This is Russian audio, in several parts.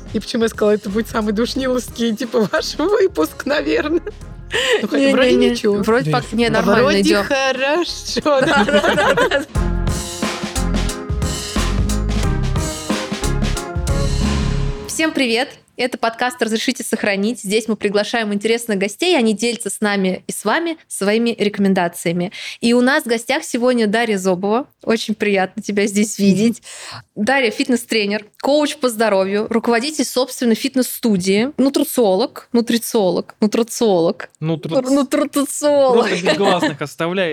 И почему я сказала, это будет самый душниловский, типа, ваш выпуск, наверное. Ну, хотя вроде ничего. Вроде нормально вроде идём. хорошо. Всем привет! Это подкаст «Разрешите сохранить». Здесь мы приглашаем интересных гостей, они делятся с нами и с вами своими рекомендациями. И у нас в гостях сегодня Дарья Зобова. Очень приятно тебя здесь видеть. Дарья — фитнес-тренер, коуч по здоровью, руководитель собственной фитнес-студии, нутрициолог. Просто без гласных оставляй.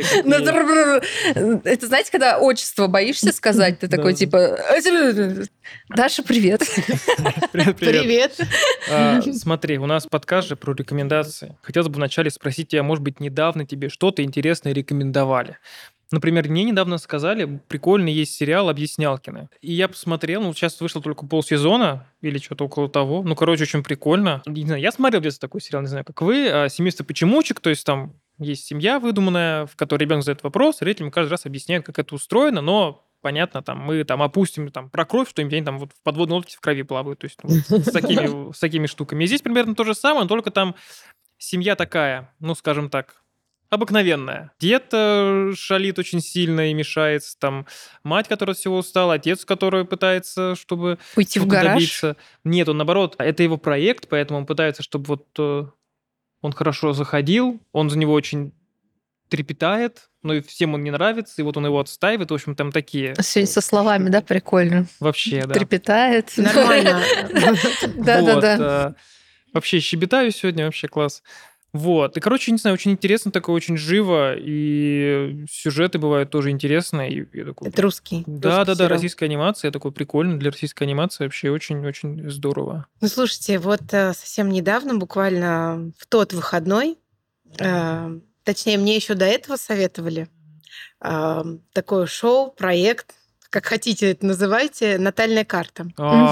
Это, знаете, когда отчество боишься сказать, ты такой типа... Даша, привет. Привет. Смотри, у нас подкаст же про рекомендации. Хотелось бы вначале спросить тебя, может быть, недавно тебе что-то интересное рекомендовали? Например, мне недавно сказали, прикольный есть сериал «Объяснялкины». И я посмотрел, сейчас вышло только полсезона или что-то около того. Очень прикольно. Не знаю, я смотрел где-то такой сериал, не знаю, как вы. «Семейство почемучек», то есть там есть семья выдуманная, в которой ребенок задает вопрос, родителям каждый раз объясняют, как это устроено, но понятно, мы опустим про кровь, что они там в подводной лодке в крови плавают, то есть с такими штуками. И здесь примерно то же самое, только там семья такая, скажем так, обыкновенная. Дед шалит очень сильно и мешается, там мать, которая от всего устала, отец, который пытается, чтобы уйти в гараж. добиться. Нет, он наоборот, это его проект, поэтому он пытается, чтобы он хорошо заходил, он за него очень трепетает, но и всем он не нравится, и он его отстаивает. В общем, там такие... Сегодня со словами, да, прикольно. Вообще, да. Трепетает. Нормально. Да. Вообще щебетаю сегодня, вообще класс. И, не знаю, очень интересно такое, очень живо, и сюжеты бывают тоже интересные. Это русский. Да, российская анимация, такой прикольно для российской анимации, вообще очень-очень здорово. Слушайте, совсем недавно, буквально в тот выходной, точнее, мне еще до этого советовали такое шоу, проект, как хотите это называйте, «Натальная карта».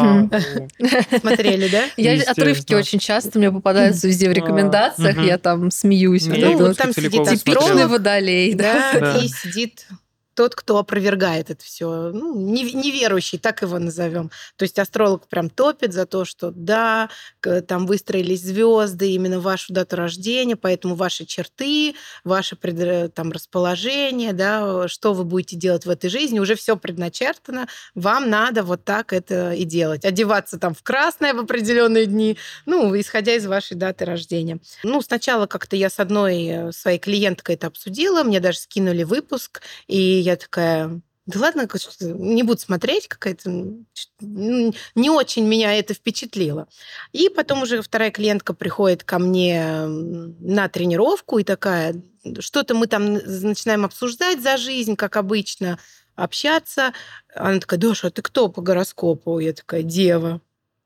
Смотрели, да? Отрывки очень часто мне попадаются везде в рекомендациях, я там смеюсь. Там сидит типичный водолей. Да, и сидит тот, кто опровергает это все, неверующий, так его назовем. То есть астролог прям топит за то, что да, там выстроились звезды именно в вашу дату рождения, поэтому ваши черты, ваше расположение, да, что вы будете делать в этой жизни, уже все предначертано, вам надо вот так это и делать. Одеваться там в красное в определенные дни, исходя из вашей даты рождения. Сначала как-то я с одной своей клиенткой это обсудила, мне даже скинули выпуск, и я такая, да ладно, не буду смотреть, какая-то... Не очень меня это впечатлило. И потом уже вторая клиентка приходит ко мне на тренировку и такая, что-то мы там начинаем обсуждать за жизнь, как обычно, общаться. Она такая, Даша, а ты кто по гороскопу? Я такая, дева.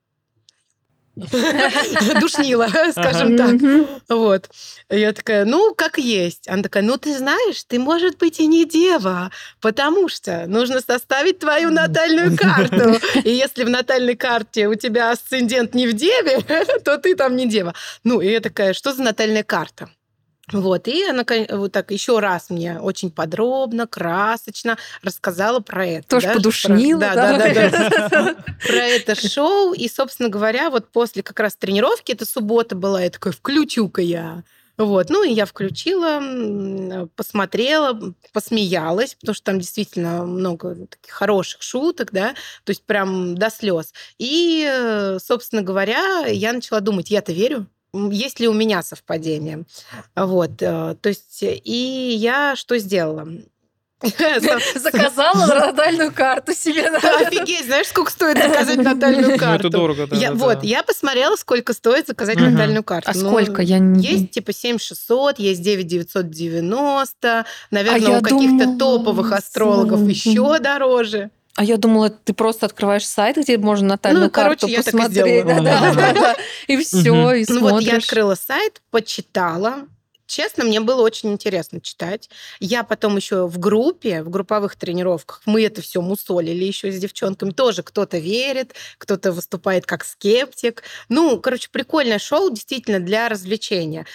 Душнила, скажем так. Я такая, как есть. Она такая, ты знаешь, ты, может быть, и не дева, потому что нужно составить твою натальную карту. И если в натальной карте у тебя асцендент не в деве, то ты там не дева. И я такая, что за натальная карта? И она так еще раз мне очень подробно, красочно рассказала про это. Тоже подушнила. Да. Про это шоу. И, собственно говоря, после как раз тренировки, это суббота была, я такая, включу-ка я. И я включила, посмотрела, посмеялась, потому что там действительно много таких хороших шуток, да, то есть прям до слез. И, собственно говоря, я начала думать, я-то верю. Есть ли у меня совпадение? То есть, и я что сделала? Заказала натальную карту себе. Офигеть, знаешь, сколько стоит заказать натальную карту? Это дорого, да. Я посмотрела, сколько стоит заказать натальную карту. А сколько? Есть 7600, есть 9990, наверное, у каких-то топовых астрологов еще дороже. А я думала, ты просто открываешь сайт, где можно натальную карту я посмотреть. Так и сделала. И все, и смотришь. Я открыла сайт, почитала. Честно, мне было очень интересно читать. Я потом еще в групповых тренировках, мы это все мусолили еще с девчонками. Тоже кто-то верит, кто-то выступает как скептик. Прикольное шоу, действительно, для развлечения.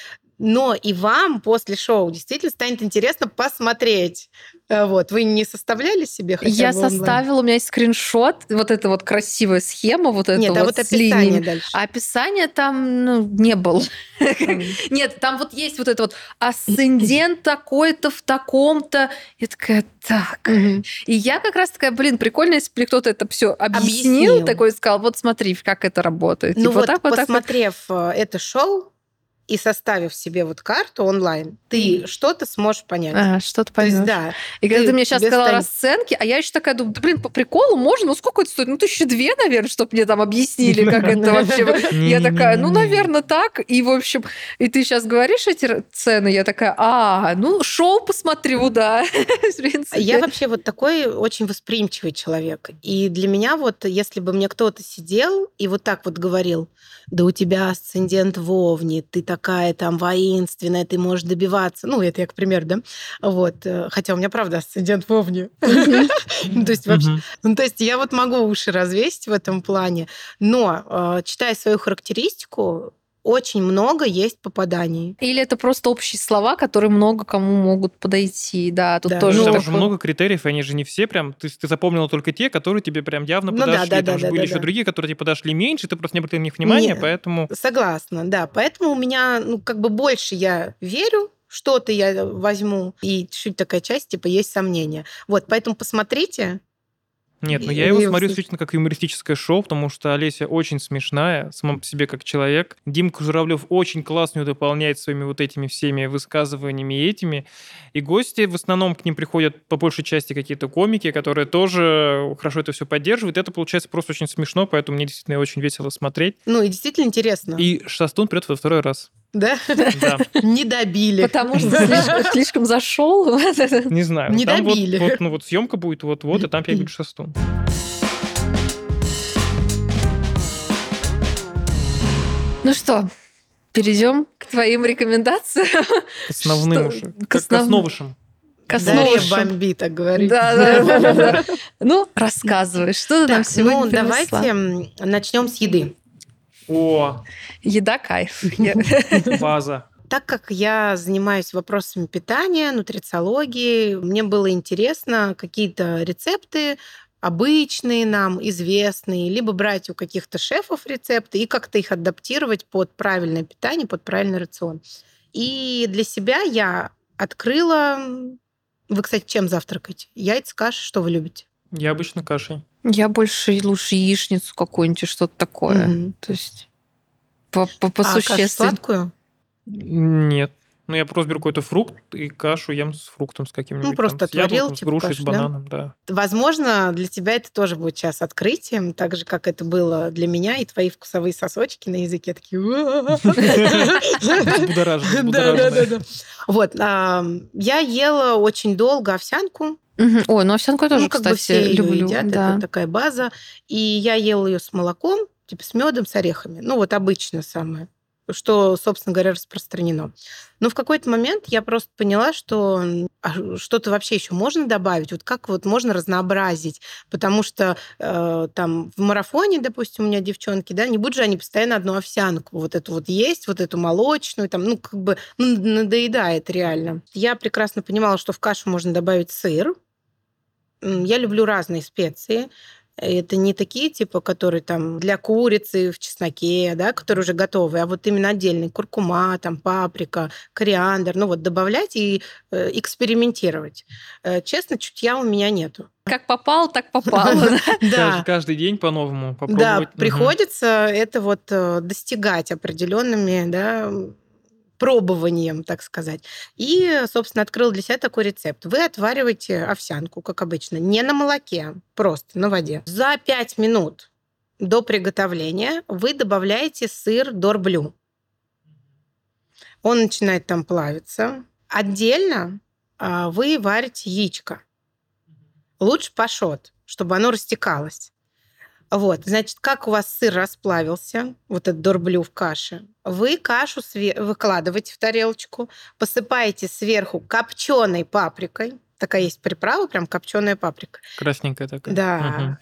Но и вам после шоу действительно станет интересно посмотреть. Вот. Вы не составляли себе хотя Я бы онлайн? составила, у меня есть скриншот, вот эта вот красивая схема, вот это Нет, а вот с описание линиями. дальше. А описание там не было. Нет, там вот есть вот это вот асцендент такой-то в таком-то. Я такая, так. И я как раз такая, прикольно, если бы кто-то это все объяснил, такой сказал, вот смотри, как это работает. Ну вот, так, вот так. посмотрев это шоу и составив себе вот карту онлайн, ты что-то сможешь понять. Что-то То есть, поймешь. да. И когда ты мне сейчас тебе сказала станет- расценки, а я еще такая думаю, да, по приколу можно? Ну, сколько это стоит? Ну, 1002, наверное, чтобы мне там объяснили, как это вообще. Я такая, ну, наверное, так. И, в общем, и ты сейчас говоришь эти цены, я такая, ну, шоу посмотрю, да. В принципе. Я вообще вот такой очень восприимчивый человек. И для меня вот, если бы мне кто-то сидел и вот так вот говорил, да у тебя асцендент в Овне, ты такая там воинственная, ты можешь добиваться. Ну, это я, к примеру, да? Вот. Хотя у меня, правда, асцендент в Овне. То есть вообще... То есть я вот могу уши развесить в этом плане, но, читая свою характеристику, очень много есть попаданий. Или это просто общие слова, которые много кому могут подойти, да. Тут Да. тоже Там Ну, же много критериев, они же не все прям... Ты запомнила только те, которые тебе прям явно Ну да, подошли. да, Там да, же да, были да, еще да. другие, которые тебе подошли меньше, ты просто не обратил на них внимания, Не. поэтому... Согласна, да. Поэтому у меня, как бы больше я верю, что-то я возьму, и чуть такая часть, типа, есть сомнения. Вот, поэтому посмотрите. Нет, но И- я его и смотрю услышь- исключительно как юмористическое шоу, потому что Олеся очень смешная, сама по себе как человек. Димка Журавлев очень классно ее дополняет своими вот этими всеми высказываниями и этими. И гости в основном к ним приходят по большей части какие-то комики, которые тоже хорошо это все поддерживают. Это получается просто очень смешно, поэтому мне действительно очень весело смотреть. Ну, и действительно интересно. И Шастун придет во второй раз. Да? Да, Не добили. Потому что слишком зашел. не знаю. Не Там добили. вот съемка будет вот-вот, и там опять будет Шастун. Ну что, перейдем к твоим рекомендациям. К основным Что? уже. К К основным. основышам. Дарья Косновышем. бомбит, так говорит. Да. Ну, рассказывай, что ты нам Так, сегодня принесла? давайте начнем с еды. О, Еда кайф. база. Так как я занимаюсь вопросами питания, нутрициологии, мне было интересно какие-то рецепты обычные нам, известные, либо брать у каких-то шефов рецепты и как-то их адаптировать под правильное питание, под правильный рацион. И для себя я открыла... Вы, кстати, чем завтракаете? Яйца, каши, что вы любите? Я обычно кашей. Я больше лучше яичницу какую-нибудь, что-то такое. Мгм. То есть по Кашу существенному. сладкую? Нет. Ну, я просто беру какой-то фрукт и кашу ем с фруктом, с каким-нибудь. Ну, просто там, с яблоком, отварил, с типа, грушей, кашу, с да? бананом, да. Возможно, для тебя это тоже будет сейчас открытием, так же, как это было для меня, и твои вкусовые сосочки на языке такие... Взбудораженные, Да. Вот, я ела очень долго овсянку. Мгм. Ой, ну овсянку я тоже, Как бы кстати, все её люблю. едят, Да. это такая база. И я ела ее с молоком, типа с медом, с орехами. Ну, вот обычно самое, что, собственно говоря, распространено. Но в какой-то момент я просто поняла, что что-то вообще еще можно добавить, вот как вот можно разнообразить, потому что там в марафоне, допустим, у меня девчонки, да, не будут же они постоянно одну овсянку вот эту вот есть, вот эту молочную, там, как бы надоедает реально. Я прекрасно понимала, что в кашу можно добавить сыр. Я люблю разные специи. Это не такие, типа, которые там для курицы в чесноке, да, которые уже готовы, а вот именно отдельные куркума, там, паприка, кориандр, ну вот добавлять и экспериментировать. Честно, чутья у меня нету. Как попало, так попало. Да, Каждый день по-новому да, попробовать. Мгм. приходится это вот достигать определенными, да, пробованием, так сказать. И, собственно, открыл для себя такой рецепт. Вы отвариваете овсянку, как обычно, не на молоке, просто на воде. За 5 минут до приготовления вы добавляете сыр дорблю. Он начинает там плавиться. Отдельно вы варите яичко. Лучше пашот, чтобы оно растекалось. Вот, значит, как у вас сыр расплавился, вот этот дорблю в каше, вы кашу выкладываете в тарелочку, посыпаете сверху копченой паприкой. Такая есть приправа, прям копченая паприка. Красненькая такая. Да.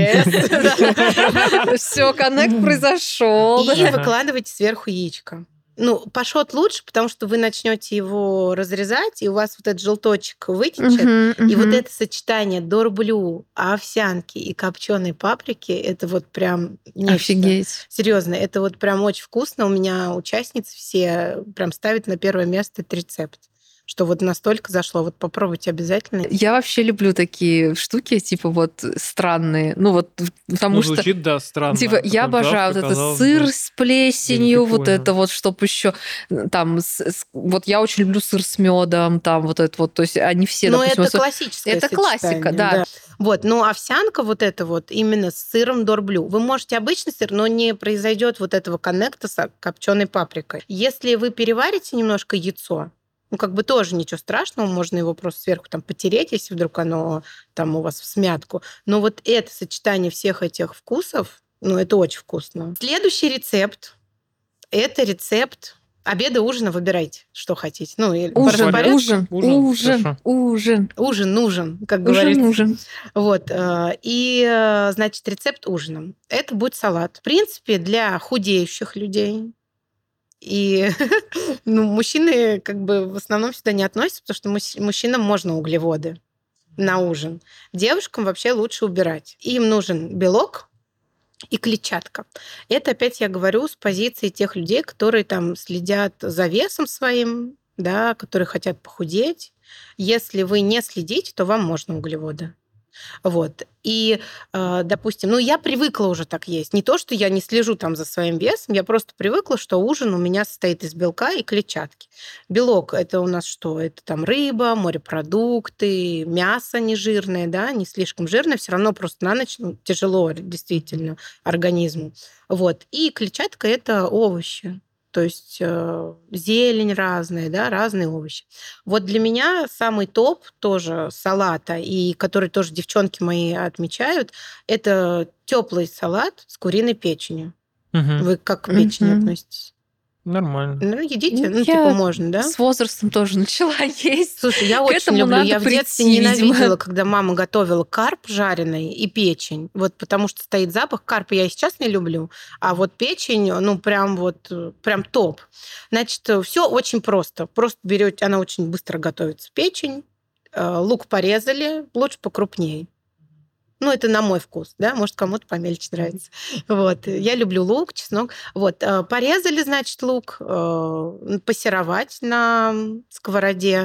Yes. Все, коннект произошел. И выкладываете сверху яичко. Ну, пашот лучше, потому что вы начнете его разрезать, и у вас вот этот желточек вытечет. И вот это сочетание дорблю, овсянки и копченой паприки, это вот прям нечто. Офигеть. Серьезно, это вот прям очень вкусно. У меня участницы все прям ставят на первое место этот рецепт, что вот настолько зашло. Вот попробуйте обязательно. Я вообще люблю такие штуки, типа вот странные. Ну вот потому Ну, что звучит, да, странно. типа я Такой обожаю завтрак, вот это казалось сыр бы. с плесенью, вот прикольно. это вот, чтоб еще там вот я очень люблю сыр с медом, там вот это вот, то есть они все, Ну, допустим, это классическое это классика, сочетание, да. Вот, но овсянка вот это вот именно с сыром дорблю. Вы можете обычный сыр, но не произойдет вот этого коннекта с копченой паприкой. Если вы переварите немножко яйцо, ну, как бы тоже ничего страшного, можно его просто сверху там потереть, если вдруг оно там у вас в смятку. Но вот это сочетание всех этих вкусов, ну, это очень вкусно. Следующий рецепт – это рецепт обеда, ужина, выбирайте, что хотите. Ну, и по Ужин, распорядку. ужин, Ужин, ужин, хорошо. ужин. Ужин нужен, как Ужин говорится. нужен. Вот. И, значит, рецепт ужина. Это будет салат. В принципе, для худеющих людей. И ну, мужчины как бы в основном сюда не относятся, потому что мужчинам можно углеводы на ужин. Девушкам вообще лучше убирать. Им нужен белок и клетчатка. Это опять я говорю с позиции тех людей, которые там следят за весом своим, да, которые хотят похудеть. Если вы не следите, то вам можно углеводы. Вот. И, допустим, ну, я привыкла уже так есть. Не то, что я не слежу там за своим весом, я просто привыкла, что ужин у меня состоит из белка и клетчатки. Белок – это у нас что? Это там рыба, морепродукты, мясо нежирное, да, не слишком жирное, все равно просто на ночь тяжело действительно организму. Вот. И клетчатка – это овощи. То есть зелень разная, да, разные овощи. Вот для меня самый топ тоже салата, и который тоже девчонки мои отмечают, это теплый салат с куриной печенью. Мгм. Вы как к печени относитесь? Нормально. Ну, едите, Ну, ну, типа я можно, да? с возрастом тоже начала есть. Слушай, я К очень этому люблю. надо Я в детстве прийти, ненавидела, видимо. когда мама готовила карп жареный и печень. Вот потому что стоит запах. Карпа я и сейчас не люблю. А вот печень, ну, прям вот, прям топ. Значит, все очень просто. Просто берете, она очень быстро готовится. Печень, лук порезали, лучше покрупнее. Ну, это на мой вкус, да, может, кому-то помельче нравится. Вот. Я люблю лук, чеснок. Вот. Порезали, значит, лук, пассеровать на сковороде,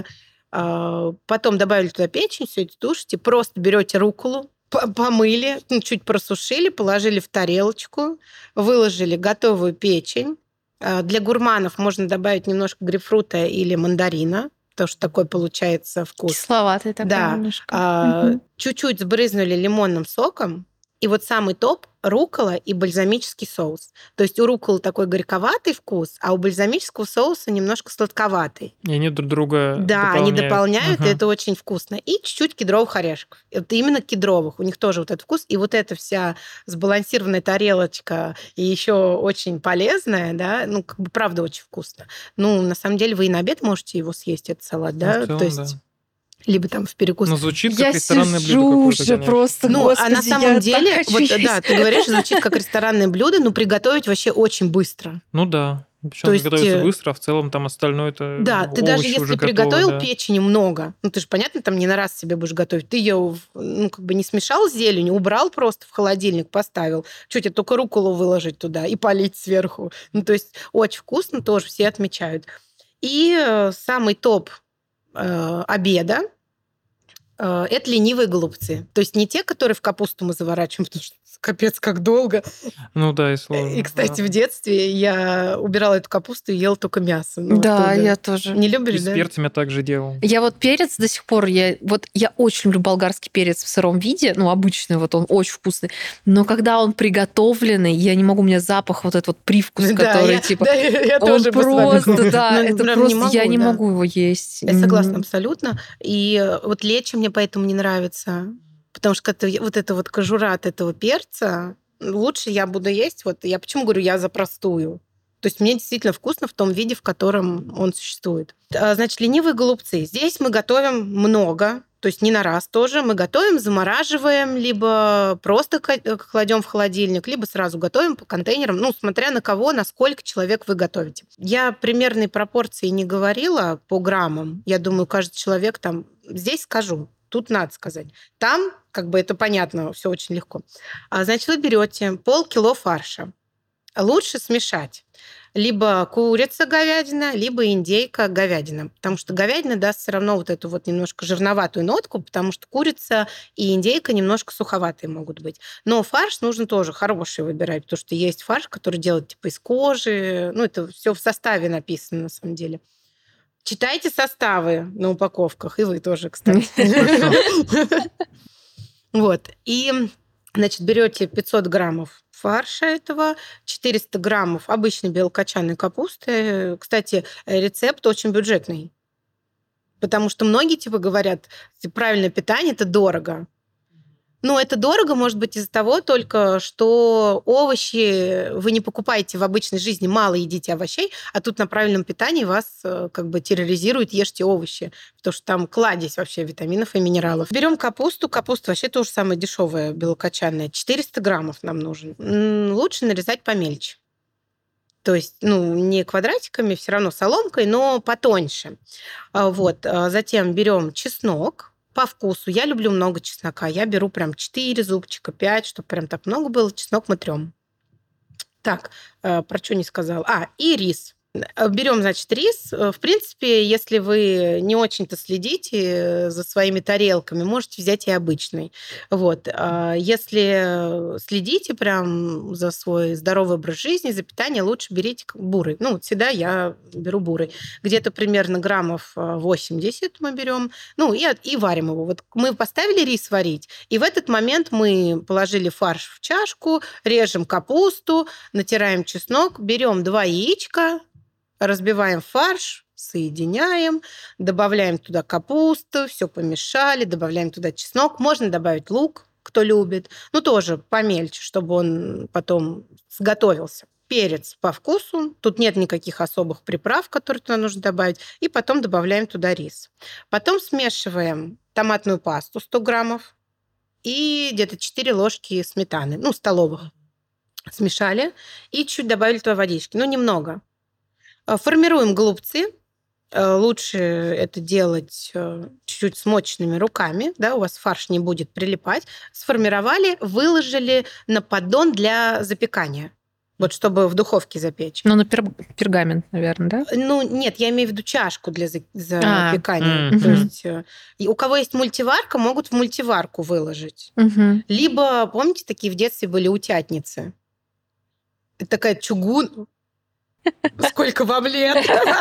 потом добавили туда печень, все это тушите, просто берете рукколу, помыли, ну, чуть просушили, положили в тарелочку, выложили готовую печень. Для гурманов можно добавить немножко грейпфрута или мандарина, потому что такой получается вкус. Кисловатый такой Да. немножко. Чуть-чуть сбрызнули лимонным соком. И вот самый топ – руккола и бальзамический соус. То есть у рукколы такой горьковатый вкус, а у бальзамического соуса немножко сладковатый. И они друг друга Да, они дополняют, и Ага. это очень вкусно. И чуть-чуть кедровых орешков. Это именно кедровых. У них тоже вот этот вкус. И вот эта вся сбалансированная тарелочка и еще очень полезная, да, ну, как бы правда очень вкусно. Ну, на самом деле, вы и на обед можете его съесть, этот салат, Ну, да? в целом, То есть, да. либо там в перекус. Ну, звучит Я как ресторанное блюдо сижу какое-то, уже конечно. просто, Ну, господи, а на самом я деле, так хочу вот есть. да, ты говоришь, звучит как ресторанное блюдо, но приготовить вообще очень быстро. Ну да. То Причем есть, готовится быстро, а в целом там остальное это Да, ты даже овощи если уже готовы, приготовил да. печени много, ну ты же, понятно, там не на раз себе будешь готовить, ты ее, ну, как бы не смешал с зеленью, убрал просто в холодильник, поставил. Что тебе только рукколу выложить туда и полить сверху. Ну, то есть очень вкусно, тоже все отмечают. И самый топ обеда это ленивые голубцы. То есть не те, которые в капусту мы заворачиваем, потому что капец как долго. Ну да, и сложно. И, кстати, в детстве я убирала эту капусту и ела только мясо. Ну, Да, оттуда. я тоже. Не любишь, И с да? перцем я также делал. Я вот перец до сих пор, я очень люблю болгарский перец в сыром виде, ну, обычный, вот он очень вкусный. Но когда он приготовленный, я не могу, у меня запах, вот этот вот привкус, который, типа, я он тоже бы с вами просто, да, Ну, это прям просто, могу, я не да. могу его есть. Я согласна абсолютно. И вот лечо мне поэтому не нравится. Потому что вот эта вот кожура от этого перца, лучше я буду есть. Вот я почему говорю, я за простую. То есть мне действительно вкусно в том виде, в котором он существует. Значит, ленивые голубцы. Здесь мы готовим много. То есть не на раз тоже. Мы готовим, замораживаем, либо просто кладем в холодильник, либо сразу готовим по контейнерам, ну, смотря на кого, на сколько человек вы готовите. Я примерной пропорции не говорила по граммам. Я думаю, каждый человек там... Здесь скажу, тут надо сказать. Там, как бы это понятно, все очень легко. Значит, вы берете полкило фарша. Лучше смешать. Либо курица говядина, либо индейка говядина. Потому что говядина даст все равно вот эту вот немножко жирноватую нотку, потому что курица и индейка немножко суховатые могут быть. Но фарш нужно тоже хороший выбирать, потому что есть фарш, который делают типа из кожи. Ну, это все в составе написано на самом деле. Читайте составы на упаковках, и вы тоже, кстати. Вот. И, значит, берете 500 граммов фарша этого, 400 граммов обычной белокочанной капусты. Кстати, рецепт очень бюджетный, потому что многие типа говорят, правильное питание – это дорого. Но это дорого, может быть, из-за того только, что овощи вы не покупаете в обычной жизни, мало едите овощей, а тут на правильном питании вас как бы терроризирует, ешьте овощи, потому что там кладезь вообще витаминов и минералов. Берем капусту. Капуста вообще тоже самая дешевая, белокочанная. 400 граммов нам нужен. Лучше нарезать помельче. То есть, ну, не квадратиками, все равно соломкой, но потоньше. Вот. Затем берем чеснок. По вкусу. Я люблю много чеснока. Я беру прям 4 зубчика, 5, чтобы прям так много было. Чеснок мы трем. Так, про что не сказала. И рис. Берем, значит, рис. В принципе, если вы не очень-то следите за своими тарелками, можете взять и обычный. Вот. Если следите прям за свой здоровый образ жизни, за питание, лучше берите бурый. Ну, вот всегда я беру бурый. Где-то примерно граммов 80 мы берем. Ну, и варим его. Вот мы поставили рис варить, и в этот момент мы положили фарш в чашку, режем капусту, натираем чеснок, берем 2 яичка, разбиваем фарш, соединяем, добавляем туда капусту, все помешали, добавляем туда чеснок. Можно добавить лук, кто любит. Ну, тоже помельче, чтобы он потом сготовился. Перец по вкусу. Тут нет никаких особых приправ, которые туда нужно добавить. И потом добавляем туда рис. Потом смешиваем томатную пасту 100 граммов и где-то 4 ложки сметаны, ну, столовых. Смешали и чуть добавили туда водички. Ну, немного. Формируем голубцы. Лучше это делать чуть-чуть смоченными руками, да, у вас фарш не будет прилипать. Сформировали, выложили на поддон для запекания. Вот чтобы в духовке запечь. Ну, на пергамент, наверное, да? Ну, нет, я имею в виду чашку для запекания. То есть у кого есть мультиварка, могут в мультиварку выложить. Либо, помните, такие в детстве были утятницы? Это такая чугун... Сколько вам лет?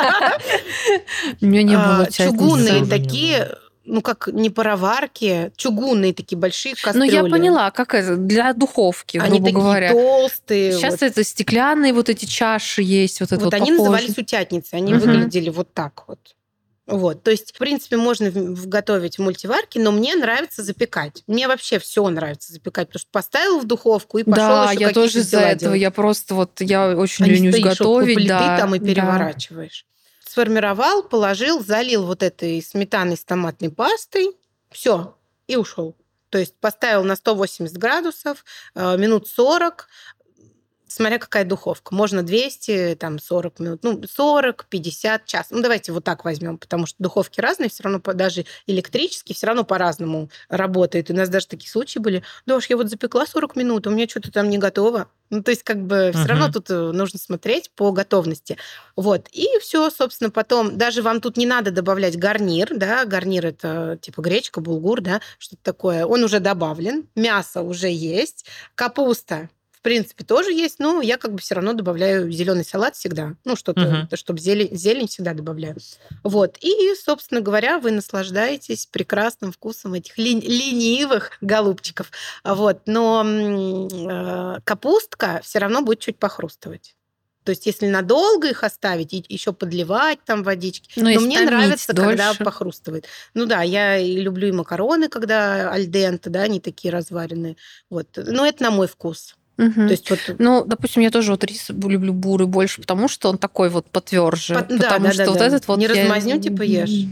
У меня не было чугунные такие, ну, как не пароварки, чугунные такие большие кастрюли. Ну, я поняла, как это, для духовки, грубо говоря. Они такие толстые. Сейчас это стеклянные вот эти чаши есть. Вот они назывались утятницы, они выглядели вот так вот. Вот, то есть, в принципе, можно готовить в мультиварке, но мне нравится запекать. Мне вообще все нравится запекать, потому что поставил в духовку и пошел да, еще я тоже из-за этого. Я просто вот, я очень ленюсь готовить. Плиты там и переворачиваешь. Сформировал, положил, залил вот этой сметаной с томатной пастой, все, и ушел. То есть поставил на 180 градусов, минут 40, смотря какая духовка. Можно 200, там 40 минут, ну, 40, 50, час. Ну, давайте вот так возьмем, потому что духовки разные, все равно даже электрические, все равно по-разному работают. У нас даже такие случаи были. Да уж, я вот запекла 40 минут, у меня что-то там не готово. Ну, то есть, как бы, все равно тут нужно смотреть по готовности. Вот. И все, собственно, потом, даже вам тут не надо добавлять гарнир, да, гарнир это типа гречка, булгур, да, что-то такое. Он уже добавлен, мясо уже есть, капуста в принципе, тоже есть, но я как бы все равно добавляю зеленый салат всегда. Ну, что-то, чтобы зелень всегда добавляю. Вот. И, собственно говоря, вы наслаждаетесь прекрасным вкусом этих ленивых голубчиков. Вот. Но капустка все равно будет чуть похрустывать. То есть, если надолго их оставить и еще подливать там водички, но мне нравится, когда похрустывает. Ну да, я и люблю и макароны, когда аль денте, да, они такие разваренные. Вот. Но это на мой вкус. То есть вот... Ну, допустим, я тоже вот рис люблю бурый больше, потому что он такой вот потверже. Да, вот этот вот... Не размазню, типа ешь?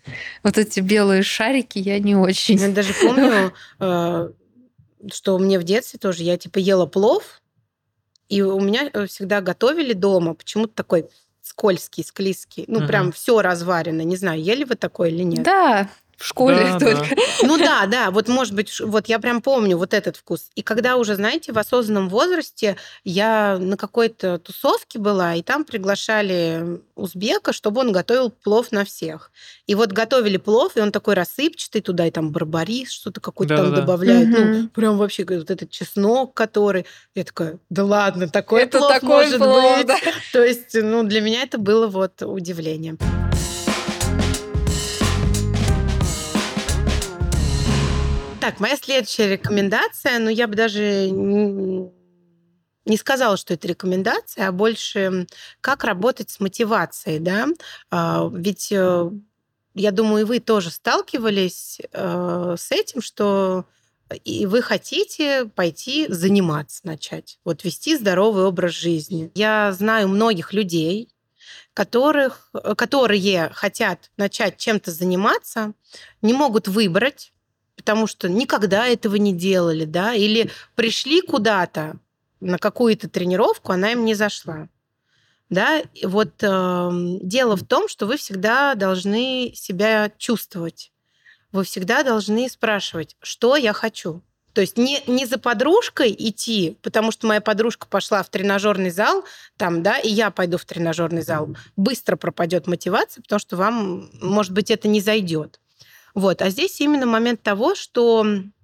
Вот эти белые шарики я не очень. Я даже помню, что мне в детстве тоже, я типа ела плов, и у меня всегда готовили дома почему-то такой скользкий, склизкий. Ну, прям все разварено. Не знаю, ели вы такое или нет? Да, в школе Да, только. Ну да, вот может быть, вот я прям помню вот этот вкус. И когда уже, знаете, в осознанном возрасте я на какой-то тусовке была, и там приглашали узбека, чтобы он готовил плов на всех. И вот готовили плов, и он такой рассыпчатый, туда и там барбарис, что-то какой-то там Да-да-да. добавляют. Ну, Мгм. прям вообще вот этот чеснок, который... Я такая, да ладно, такой Это плов такой может плов, быть. да. То есть, ну, для меня это было вот удивлением. Так, моя следующая рекомендация, ну, я бы даже не сказала, что это рекомендация, а больше как работать с мотивацией, да. Ведь я думаю, и вы тоже сталкивались с этим, что и вы хотите пойти заниматься, начать, вот вести здоровый образ жизни. Я знаю многих людей, которые хотят начать чем-то заниматься, не могут выбрать, потому что никогда этого не делали, да, или пришли куда-то на какую-то тренировку, она им не зашла. Да, и вот дело в том, что вы всегда должны себя чувствовать. Вы всегда должны спрашивать, что я хочу. То есть не за подружкой идти, потому что моя подружка пошла в тренажерный зал, там, да, и я пойду в тренажерный зал. Быстро пропадет мотивация, потому что вам, может быть, это не зайдет. Вот. А здесь именно момент того, что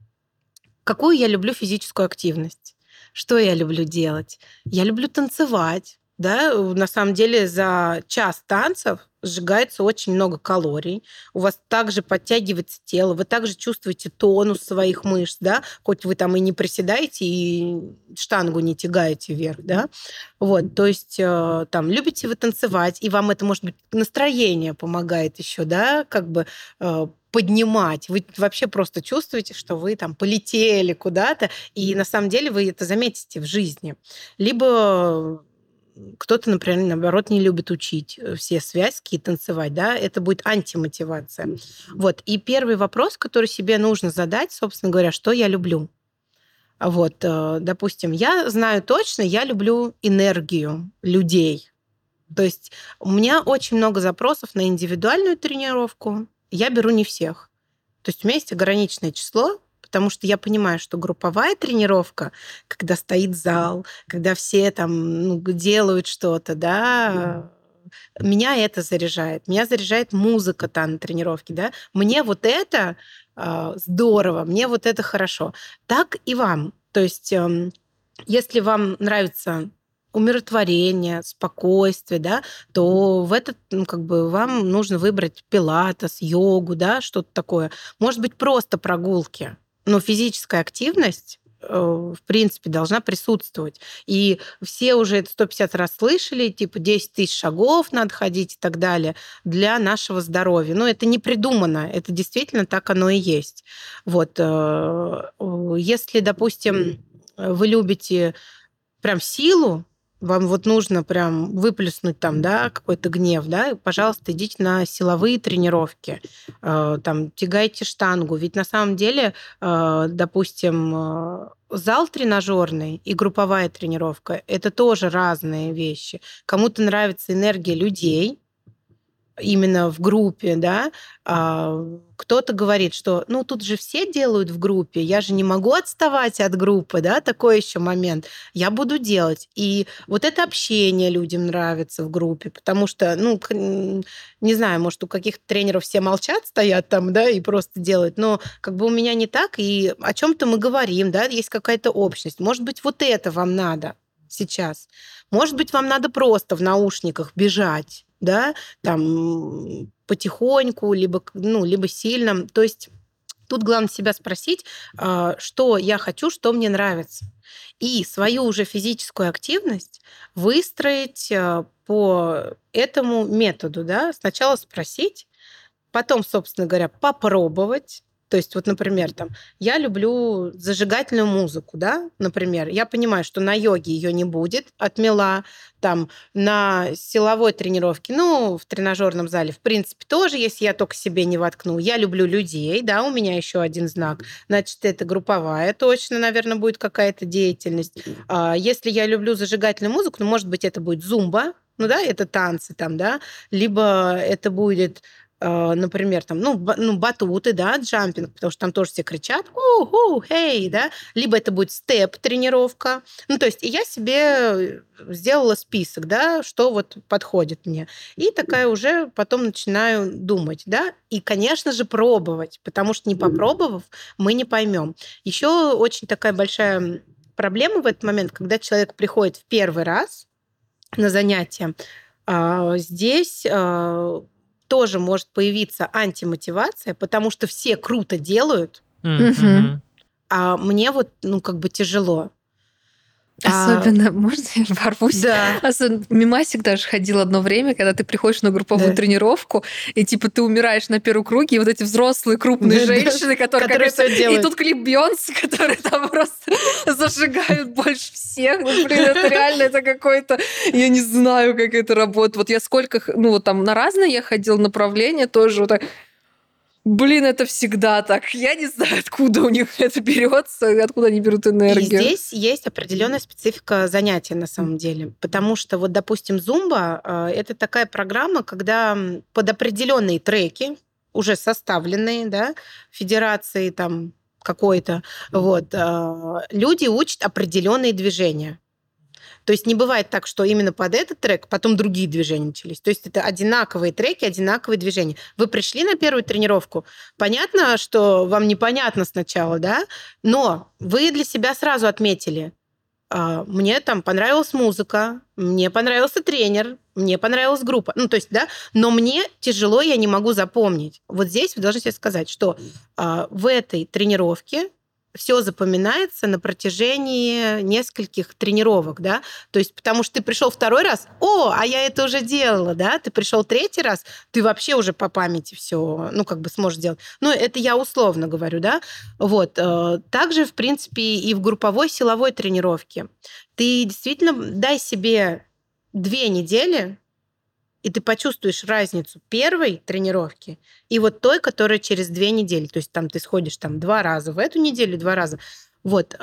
какую я люблю физическую активность, что я люблю делать. Я люблю танцевать. Да, на самом деле за час танцев сжигается очень много калорий. У вас также подтягивается тело, вы также чувствуете тонус своих мышц, да, хоть вы там и не приседаете, и штангу не тягаете вверх, да. Вот, то есть там любите вы танцевать, и вам это, может быть, настроение помогает еще, да, как бы поднимать. Вы вообще просто чувствуете, что вы там полетели куда-то, и на самом деле вы это заметите в жизни. Либо кто-то, например, наоборот, не любит учить все связки и танцевать, да, это будет антимотивация. Вот. И первый вопрос, который себе нужно задать, собственно говоря, что я люблю. Вот, допустим, я знаю точно, я люблю энергию людей. То есть у меня очень много запросов на индивидуальную тренировку. Я беру не всех. То есть у меня есть ограниченное число, потому что я понимаю, что групповая тренировка, когда стоит зал, когда все там делают что-то, да, меня это заряжает. Меня заряжает музыка там на тренировке, да. Мне вот это здорово, мне вот это хорошо. Так и вам. То есть если вам нравится умиротворение, спокойствие, да, то в этот, как бы вам нужно выбрать пилатес, йогу, да, что-то такое. Может быть, просто прогулки, но физическая активность в принципе, должна присутствовать. И все уже это 150 раз слышали, типа 10 тысяч шагов надо ходить и так далее для нашего здоровья. Но это не придумано, это действительно так оно и есть. Вот. Если, допустим, вы любите прям силу, вам вот нужно прям выплеснуть там, да, какой-то гнев, да, пожалуйста, идите на силовые тренировки, там, тягайте штангу. Ведь на самом деле, допустим, зал тренажерный и групповая тренировка – это тоже разные вещи. Кому-то нравится энергия людей, именно в группе, да, кто-то говорит, что, ну, тут же все делают в группе, я же не могу отставать от группы, да, такой еще момент. Я буду делать. И вот это общение людям нравится в группе, потому что, ну, не знаю, может, у каких-то тренеров все молчат, стоят там, да, и просто делают, но как бы у меня не так, и о чем-то мы говорим, да, есть какая-то общность. Может быть, вот это вам надо сейчас. Может быть, вам надо просто в наушниках бежать, да, там потихоньку, либо сильно. То есть тут главное себя спросить, что я хочу, что мне нравится. И свою уже физическую активность выстроить по этому методу. Да? Сначала спросить, потом, собственно говоря, попробовать, То есть вот, например, там, я люблю зажигательную музыку, да, например. Я понимаю, что на йоге ее не будет, отмела. Там на силовой тренировке, ну, в тренажерном зале, в принципе, тоже, если я только себе не воткну. Я люблю людей, да, у меня еще один знак. Значит, это групповая точно, наверное, будет какая-то деятельность. Если я люблю зажигательную музыку, ну, может быть, это будет зумба, ну да, это танцы там, да, либо это будет, например, там, батуты, да, джампинг, потому что там тоже все кричат, у-ху, хей, да, либо это будет степ-тренировка. Ну, то есть я себе сделала список, да, что вот подходит мне. И такая уже потом начинаю думать, да, и, конечно же, пробовать, потому что не попробовав, мы не поймем. Еще очень такая большая проблема в этот момент, когда человек приходит в первый раз на занятия, здесь тоже может появиться антимотивация, потому что все круто делают, Мгм. а мне вот, как бы тяжело. Особенно, можно я ворвусь? Да. Особенно мимасик даже ходил одно время, когда ты приходишь на групповую Да. тренировку, и типа ты умираешь на первом круге, и вот эти взрослые крупные Да, да. женщины, которые Которые как-то- всё делают. И тут клип Бейонсе, которые там просто зажигают больше всех. Ну, блин, это реально, это какой-то... Я не знаю, как это работает. Вот я сколько... Ну, вот там на разные я ходила направления тоже вот так... Блин, это всегда так. Я не знаю, откуда у них это берется, откуда они берут И энергию. здесь есть определенная специфика занятия на самом деле. Потому что, вот, допустим, зумба это такая программа, когда под определенные треки, уже составленные, да, федерации там какой-то, вот, люди учат определенные движения. То есть не бывает так, что именно под этот трек потом другие движения начались. То есть это одинаковые треки, одинаковые движения. Вы пришли на первую тренировку, понятно, что вам непонятно сначала, да, но вы для себя сразу отметили, мне там понравилась музыка, мне понравился тренер, мне понравилась группа. Ну, то есть, да, но мне тяжело, я не могу запомнить. Вот здесь вы должны себе сказать, что в этой тренировке все запоминается на протяжении нескольких тренировок, да, то есть потому что ты пришел второй раз, а я это уже делала, да, ты пришел третий раз, ты вообще уже по памяти все, как бы сможешь делать. Ну, это я условно говорю, да, вот. Также, в принципе, и в групповой силовой тренировке. Ты действительно дай себе 2 недели, и ты почувствуешь разницу первой тренировки и вот той, которая через 2 недели. То есть там ты сходишь 2 раза в эту неделю, 2 раза. Вот.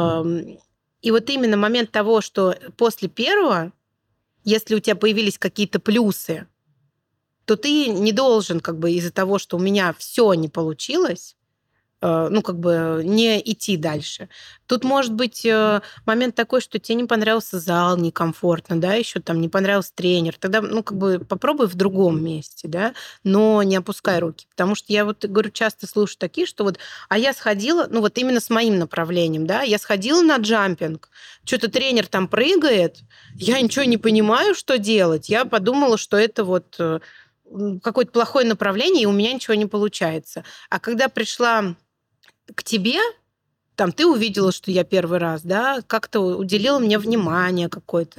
И вот именно момент того, что после первого, если у тебя появились какие-то плюсы, то ты не должен как бы из-за того, что у меня все не получилось, как бы не идти дальше. Тут может быть момент такой, что тебе не понравился зал, некомфортно, да, еще там не понравился тренер. Тогда, как бы попробуй в другом месте, да, но не опускай руки. Потому что я вот, говорю, часто слышу такие, что вот, я сходила, вот именно с моим направлением, да, я сходила на джампинг, что-то тренер там прыгает, я ничего не понимаю, что делать. Я подумала, что это вот какое-то плохое направление, и у меня ничего не получается. А когда пришла к тебе, там ты увидела, что я первый раз, да, как-то уделила мне внимание какое-то,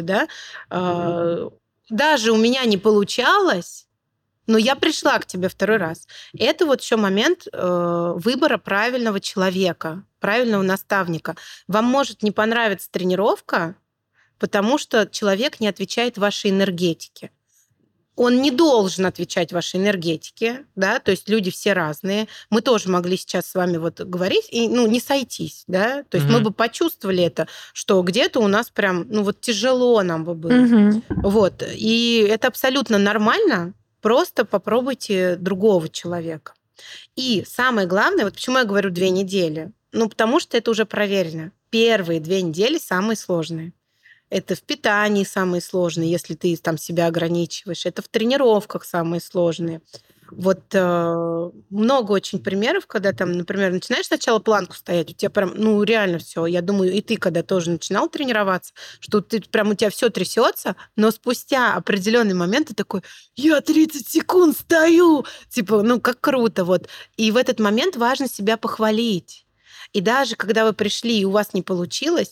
да, даже у меня не получалось, но я пришла к тебе второй раз. Это вот еще момент выбора правильного человека, правильного наставника. Вам может не понравиться тренировка, потому что человек не отвечает вашей энергетике. Он не должен отвечать вашей энергетике, да, то есть люди все разные. Мы тоже могли сейчас с вами вот говорить и, не сойтись, да, то есть мы бы почувствовали это, что где-то у нас прям, вот тяжело нам бы было. Вот, и это абсолютно нормально, просто попробуйте другого человека. И самое главное, вот почему я говорю 2 недели, потому что это уже проверено. Первые 2 недели самые сложные. Это в питании самые сложные, если ты там себя ограничиваешь. Это в тренировках самые сложные. Вот много очень примеров, когда там, например, начинаешь сначала планку стоять, у тебя прям, реально все. Я думаю, и ты, когда тоже начинал тренироваться, что ты прям у тебя все трясется, но спустя определенный момент ты такой, я 30 секунд стою, типа, как круто, вот. И в этот момент важно себя похвалить. И даже когда вы пришли и у вас не получилось,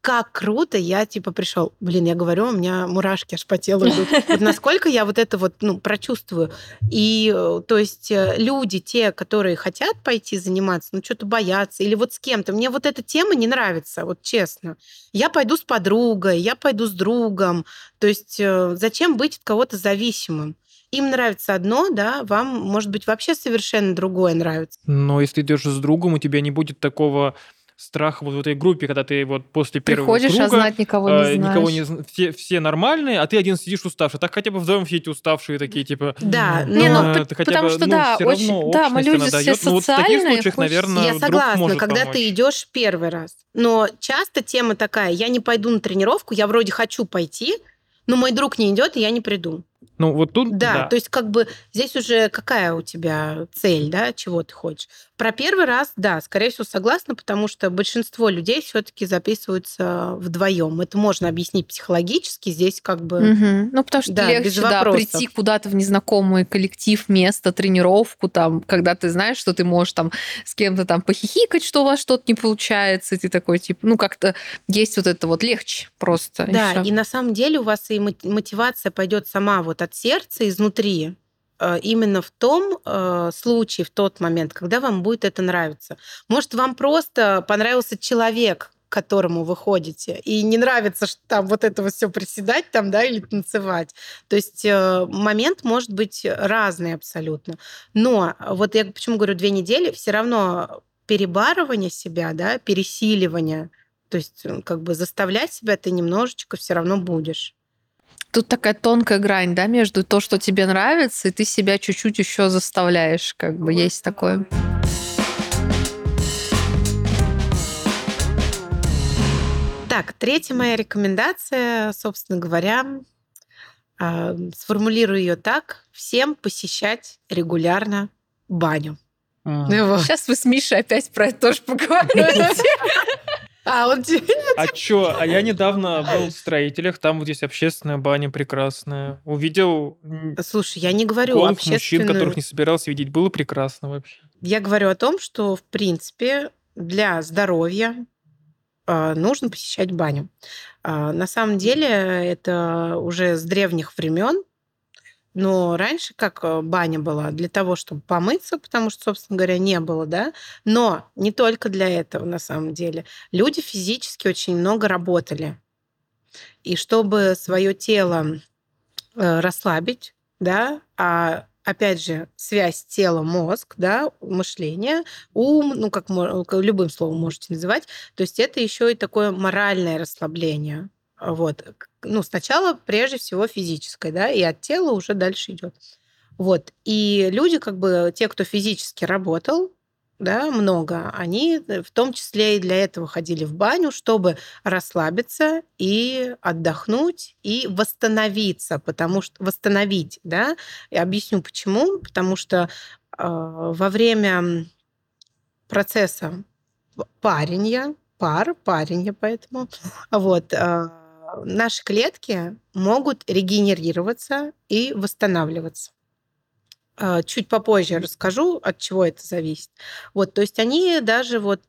как круто, я пришел. Блин, я говорю, у меня мурашки аж по телу идут. Вот насколько я вот это вот, прочувствую. И, то есть, люди, те, которые хотят пойти заниматься, что-то боятся, или вот с кем-то. Мне вот эта тема не нравится, вот честно. Я пойду с подругой, я пойду с другом. То есть, зачем быть от кого-то зависимым? Им нравится одно, да, вам, может быть, вообще совершенно другое нравится. Но если ты идешь с другом, у тебя не будет такого страха вот в этой группе, когда ты вот после первого Приходишь, а круга знать никого не никого знаешь. все нормальные, а ты один сидишь уставший. Так хотя бы вдвоем все эти уставшие такие, типа... Да, Не, но... ты хотя потому бы, что, да, все очень... равно Да, мы общность люди она все дает. Ну вот в таких социальные, случаях, хочется... наверное, Я друг согласна, может когда помочь. ты идешь первый раз. Но часто тема такая: я не пойду на тренировку, я вроде хочу пойти, но мой друг не идет, и я не приду. Ну вот тут, Да, то есть как бы здесь уже какая у тебя цель, да, чего ты хочешь. Про первый раз, да, скорее всего, согласна, потому что большинство людей все-таки записываются вдвоем. Это можно объяснить психологически, здесь как бы, Мгм. Ну, потому что да, без легче, да, вопросов. прийти куда-то в незнакомый коллектив, место, тренировку, там, когда ты знаешь, что ты можешь там с кем-то там похихикать, что у вас что-то не получается, и ты такой, типа, как-то есть вот это вот легче просто. Да, всё. и на самом деле у вас и мотивация пойдет сама вот от сердца, изнутри, именно в том случае, в тот момент, когда вам будет это нравиться. Может, вам просто понравился человек, к которому вы ходите, и не нравится, что там вот это вот все приседать там, да, или танцевать. То есть момент может быть разный абсолютно. Но вот я почему говорю 2 недели, все равно перебарывание себя, да, пересиливание, то есть как бы заставлять себя ты немножечко все равно будешь. Тут такая тонкая грань, да, между то, что тебе нравится, и ты себя чуть-чуть еще заставляешь, как бы есть такое. Так, третья моя рекомендация, собственно говоря, сформулирую ее так: всем посещать регулярно баню. Вот. Сейчас вы с Мишей опять про это тоже поговорите. Он тебе... А чё? А я недавно был в Строителях, там вот есть общественная баня прекрасная. Увидел Слушай, я не говорю голых мужчин, общественную... которых не собирался видеть. Было прекрасно вообще. Я говорю о том, что, в принципе, для здоровья нужно посещать баню. На самом деле это уже с древних времен. Но раньше как баня была? Для того, чтобы помыться, потому что, собственно говоря, не было, да? Но не только для этого, на самом деле. Люди физически очень много работали. И чтобы свое тело расслабить, да, опять же, связь тело-мозг, да, мышление, ум, любым словом можете называть. То есть это еще и такое моральное расслабление. Вот. Сначала, прежде всего, физическое, да, и от тела уже дальше идет. Вот. И люди, как бы, те, кто физически работал, да, много, они в том числе и для этого ходили в баню, чтобы расслабиться и отдохнуть, и восстановиться, потому что восстановить, да, и объясню почему, потому что во время процесса парения, поэтому, вот, наши клетки могут регенерироваться и восстанавливаться. Чуть попозже расскажу, от чего это зависит. Вот, то есть они даже вот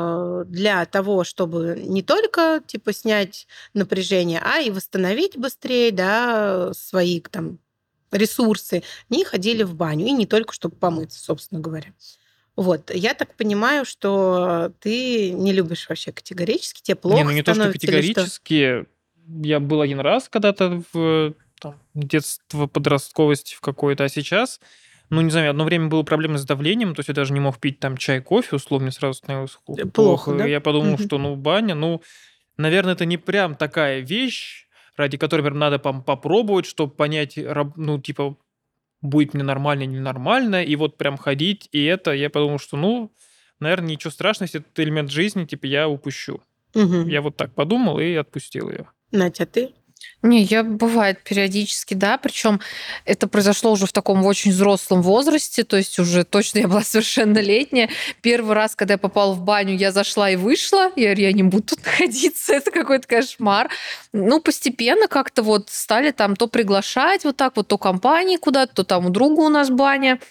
для того, чтобы не только типа снять напряжение, а и восстановить быстрее, да, свои там ресурсы, они ходили в баню, и не только чтобы помыться, собственно говоря. Вот, я так понимаю, что ты не любишь вообще категорически, тебе плохо не то, что становится или что? категорически. Я был один раз когда-то в детство, подростковость в какой-то, а сейчас, не знаю, одно время было проблемы с давлением, то есть я даже не мог пить там чай, кофе, условно, мне сразу становилось Плохо, да? И я подумал, Мгм. что, баня, наверное, это не прям такая вещь, ради которой прям надо попробовать, чтобы понять, типа, будет мне нормально или ненормально, и вот прям ходить, и это, я подумал, что, наверное, ничего страшного, если этот элемент жизни, типа, я упущу. Мгм. Я вот так подумал и отпустил ее. Натя, ты? Не, бывает периодически, да, причем это произошло уже в таком очень взрослом возрасте, то есть уже точно я была совершеннолетняя. Первый раз, когда я попала в баню, я зашла и вышла, я говорю, я не буду тут находиться, это какой-то кошмар. Постепенно как-то вот стали там то приглашать вот так вот, то компании куда-то, то там у друга у нас баня.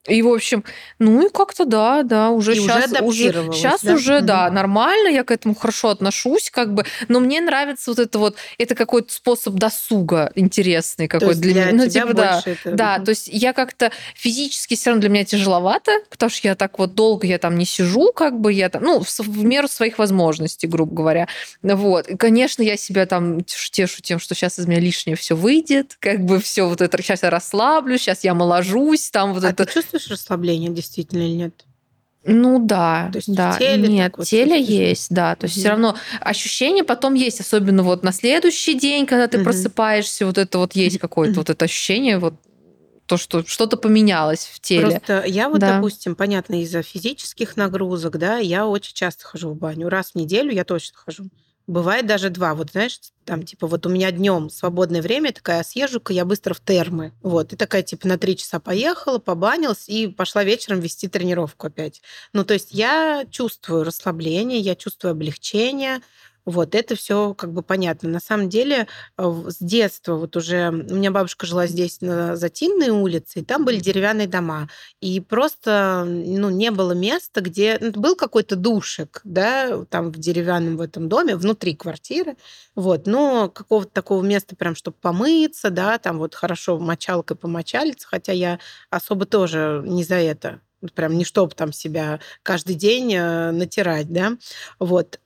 И, в общем, ну и как-то да, уже И уже адаптировалась, сейчас да? уже, Мгм. да, нормально, я к этому хорошо отношусь, как бы, но мне нравится вот это вот, это какой-то способ досуга интересный То какой-то есть для меня. для Ну, тебя типа, да, больше это... да, то есть я как-то физически все равно для меня тяжеловато, потому что я так вот долго я там не сижу, как бы я там, ну, в меру своих возможностей, грубо говоря. Вот. И, конечно, я себя там тешу тем, что сейчас из меня лишнее все выйдет, как бы все вот это, сейчас я расслаблюсь, сейчас я моложусь, там вот А ты это. чувствуешь расслабление действительно или нет? Ну да, То есть в да, теле нет, так вот теле чувствуешь? есть, да, то есть все Мгм. равно ощущение потом есть, особенно вот на следующий день, когда ты Мгм. просыпаешься, вот это вот есть какое-то вот это ощущение, вот то, что что-то поменялось в теле. Просто я вот, Да. допустим, понятно, из-за физических нагрузок, да, я очень часто хожу в баню. Раз в неделю я точно хожу. Бывает даже два. Вот знаешь, там типа вот у меня днем свободное время, такая съезжу-ка я быстро в термы. Вот. И такая типа на 3 часа поехала, побанилась и пошла вечером вести тренировку опять. Ну, то есть я чувствую расслабление, я чувствую облегчение. Вот, это все как бы понятно. На самом деле, с детства вот уже у меня бабушка жила здесь на Затинной улице, и там были деревянные дома. И просто, ну, не было места, где... Ну, был какой-то душик, да, там в деревянном в этом доме, внутри квартиры, вот, но какого-то такого места прям, чтобы помыться, да, там вот хорошо мочалкой помочалиться, хотя я особо тоже не за это, вот прям не чтобы там себя каждый день натирать, да, вот.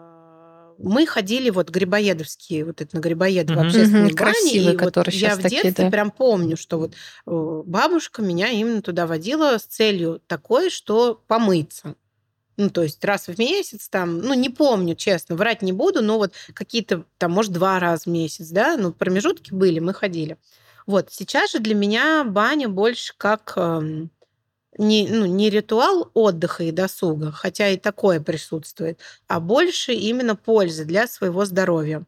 Мы ходили вот Грибоедовские, вот это на Грибоедово Мгм. общественные бани, Красивые, и вот которые я сейчас в такие, детстве да. прям помню, что вот бабушка меня именно туда водила с целью такой, что помыться. Ну, то есть раз в месяц там, ну, не помню, честно, врать не буду, но вот какие-то там, может, 2 раза в месяц, да, ну, промежутки были, мы ходили. Вот, сейчас же для меня баня больше как не, ну, не ритуал отдыха и досуга, хотя и такое присутствует, а больше именно пользы для своего здоровья.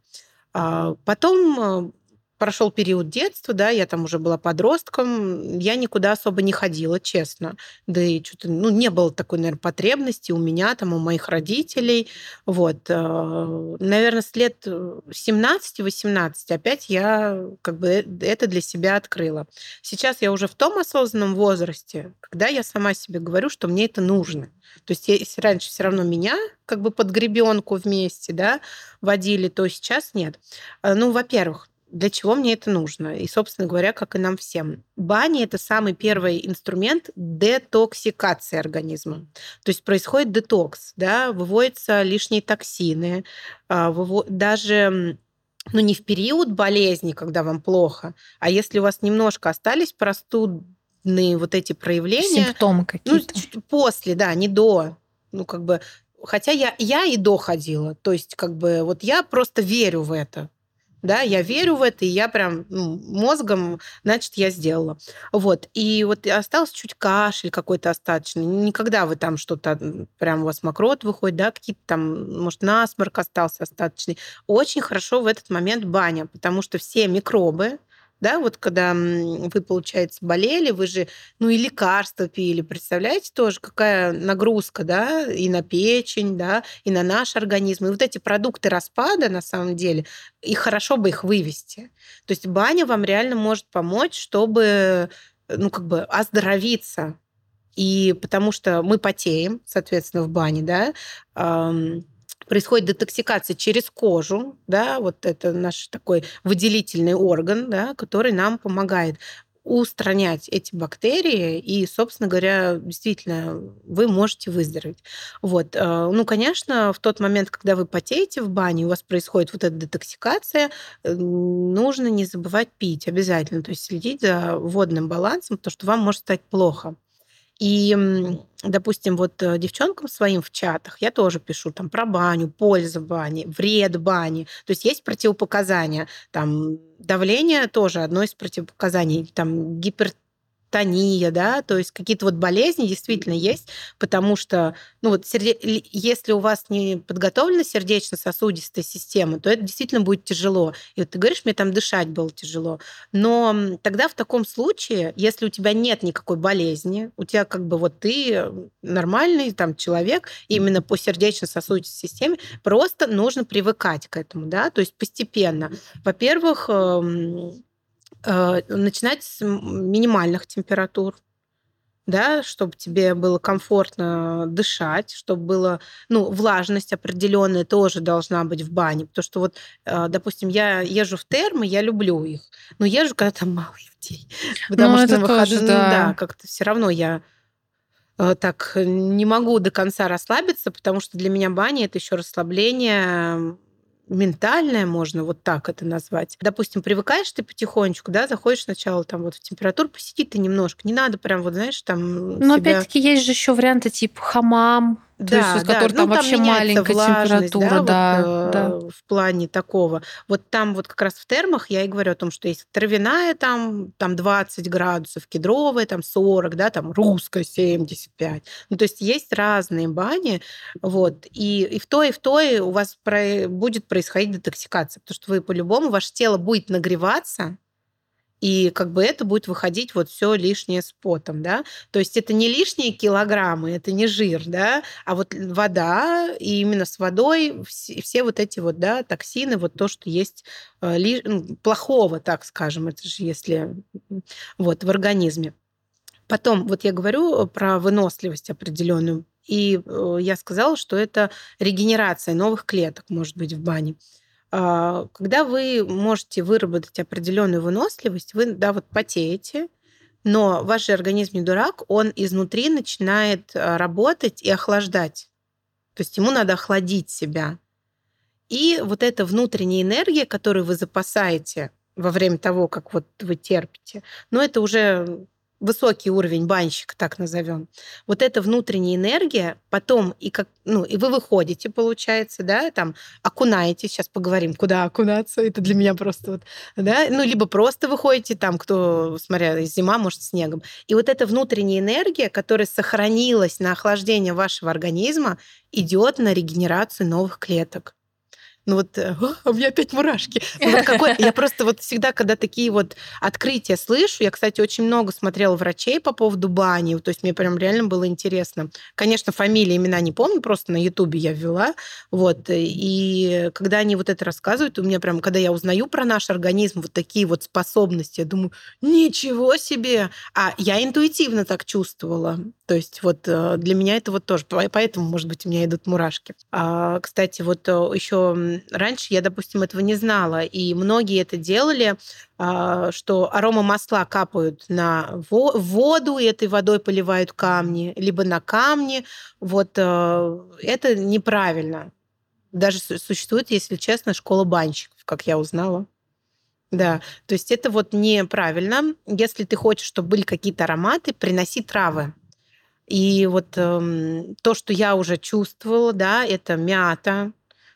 Потом прошел период детства, да, я там уже была подростком, я никуда особо не ходила, честно. Да и что-то, ну, не было такой, наверное, потребности у меня, там, у моих родителей. Вот. Наверное, с лет 17-18 опять я как бы это для себя открыла. Сейчас я уже в том осознанном возрасте, когда я сама себе говорю, что мне это нужно. То есть если раньше все равно меня как бы под гребенку вместе, да, водили, то сейчас нет. Ну, во-первых, для чего мне это нужно? И, собственно говоря, как и нам всем. Баня – это самый первый инструмент детоксикации организма. То есть происходит детокс, да, выводятся лишние токсины, даже ну, не в период болезни, когда вам плохо, а если у вас немножко остались простудные вот эти проявления, Симптомы ну, какие-то. чуть после, да, не до. Ну, как бы, хотя я и до ходила. То есть, как бы, вот я просто верю в это. Да, я верю в это, и я прям мозгом, значит, я сделала. Вот. И вот остался чуть кашель какой-то остаточный. Никогда вы там что-то, прям у вас мокрот выходит, да, какие-то там, может, насморк остался остаточный. Очень хорошо в этот момент баня, потому что все микробы, да, вот когда вы, получается, болели, вы же, ну, и лекарства пили, представляете тоже, какая нагрузка, да, и на печень, да, и на наш организм. И вот эти продукты распада, на самом деле, и хорошо бы их вывести. То есть баня вам реально может помочь, чтобы, ну, как бы оздоровиться. И потому что мы потеем, соответственно, в бане, да, происходит детоксикация через кожу, да, вот это наш такой выделительный орган, да, который нам помогает устранять эти бактерии, и, собственно говоря, действительно, вы можете выздороветь. Вот. Ну, конечно, в тот момент, когда вы потеете в бане, у вас происходит вот эта детоксикация, нужно не забывать пить обязательно, то есть следить за водным балансом, потому что вам может стать плохо. И, допустим, вот девчонкам своим в чатах я тоже пишу там про баню, пользу бани, вред бани. То есть есть противопоказания. Там давление тоже одно из противопоказаний. Там гипертония, да, то есть какие-то вот болезни действительно есть, потому что, ну вот, если у вас не подготовлена сердечно-сосудистая система, то это действительно будет тяжело. И вот ты говоришь, мне там дышать было тяжело. Но тогда в таком случае, если у тебя нет никакой болезни, у тебя как бы вот ты нормальный там человек именно по сердечно-сосудистой системе, просто нужно привыкать к этому, да, то есть постепенно. Во-первых, начинать с минимальных температур. да, чтобы тебе было комфортно дышать, чтобы было, ну, влажность определенная тоже должна быть в бане, потому что вот, допустим, я езжу в термы, я люблю их, но езжу, когда там мало людей, потому Ну, что это на тоже, выходные, да, да. как-то все равно я так не могу до конца расслабиться, потому что для меня баня это еще расслабление ментальное, можно вот так это назвать. Допустим, привыкаешь ты потихонечку, да, заходишь сначала там вот в температуру, посиди ты немножко, не надо прям вот, знаешь, там Но себя... опять-таки есть же еще варианты типа хамам, то есть Да, вот да, который ну там там вообще меняется маленькая влажность, температура, да, вот да, да. в плане такого. Вот там вот как раз в термах я и говорю о том, что есть травяная там 20 градусов, кедровая там 40, да, там русская 75. Ну, то есть есть разные бани, вот, и в той у вас будет происходить детоксикация, потому что вы по-любому, ваше тело будет нагреваться, и как бы это будет выходить вот все лишнее с потом, да. То есть это не лишние килограммы, это не жир, да, а вот вода, и именно с водой все вот эти вот, да, токсины, вот то, что есть плохого, так скажем, это же если вот в организме. Потом, вот я говорю про выносливость определенную, и я сказала, что это регенерация новых клеток может быть в бане. Когда вы можете выработать определенную выносливость, вы, да, вот потеете, но ваш же организм не дурак, он изнутри начинает работать и охлаждать. То есть ему надо охладить себя. И вот эта внутренняя энергия, которую вы запасаете во время того, как вот вы терпите, но это уже высокий уровень банщика, так назовем. Вот эта внутренняя энергия, потом и как, ну, и вы выходите, получается, да, там окунаетесь, сейчас поговорим, куда окунаться, это для меня просто вот, да, ну, либо просто выходите, там, кто, смотря, зима, может, снегом. И вот эта внутренняя энергия, которая сохранилась на охлаждение вашего организма, идет на регенерацию новых клеток. Ну вот, у меня опять мурашки. Ну вот какой... Я просто вот всегда, когда такие вот открытия слышу, я, кстати, очень много смотрела врачей по поводу бани, то есть мне прям реально было интересно. Конечно, фамилии, имена не помню, просто на Ютубе я ввела, вот, и когда они вот это рассказывают, у меня прям, когда я узнаю про наш организм, вот такие вот способности, я думаю, ничего себе! А я интуитивно так чувствовала. То есть вот для меня это вот тоже, поэтому, может быть, у меня идут мурашки. Кстати, вот еще раньше я, допустим, этого не знала, и многие это делали, что аромамасла капают на воду, и этой водой поливают камни, либо на камни. Вот это неправильно. Даже существует, если честно, школа банщиков, как я узнала. Да, то есть это вот неправильно. Если ты хочешь, чтобы были какие-то ароматы, приноси травы. И вот то, что я уже чувствовала, да, это мята,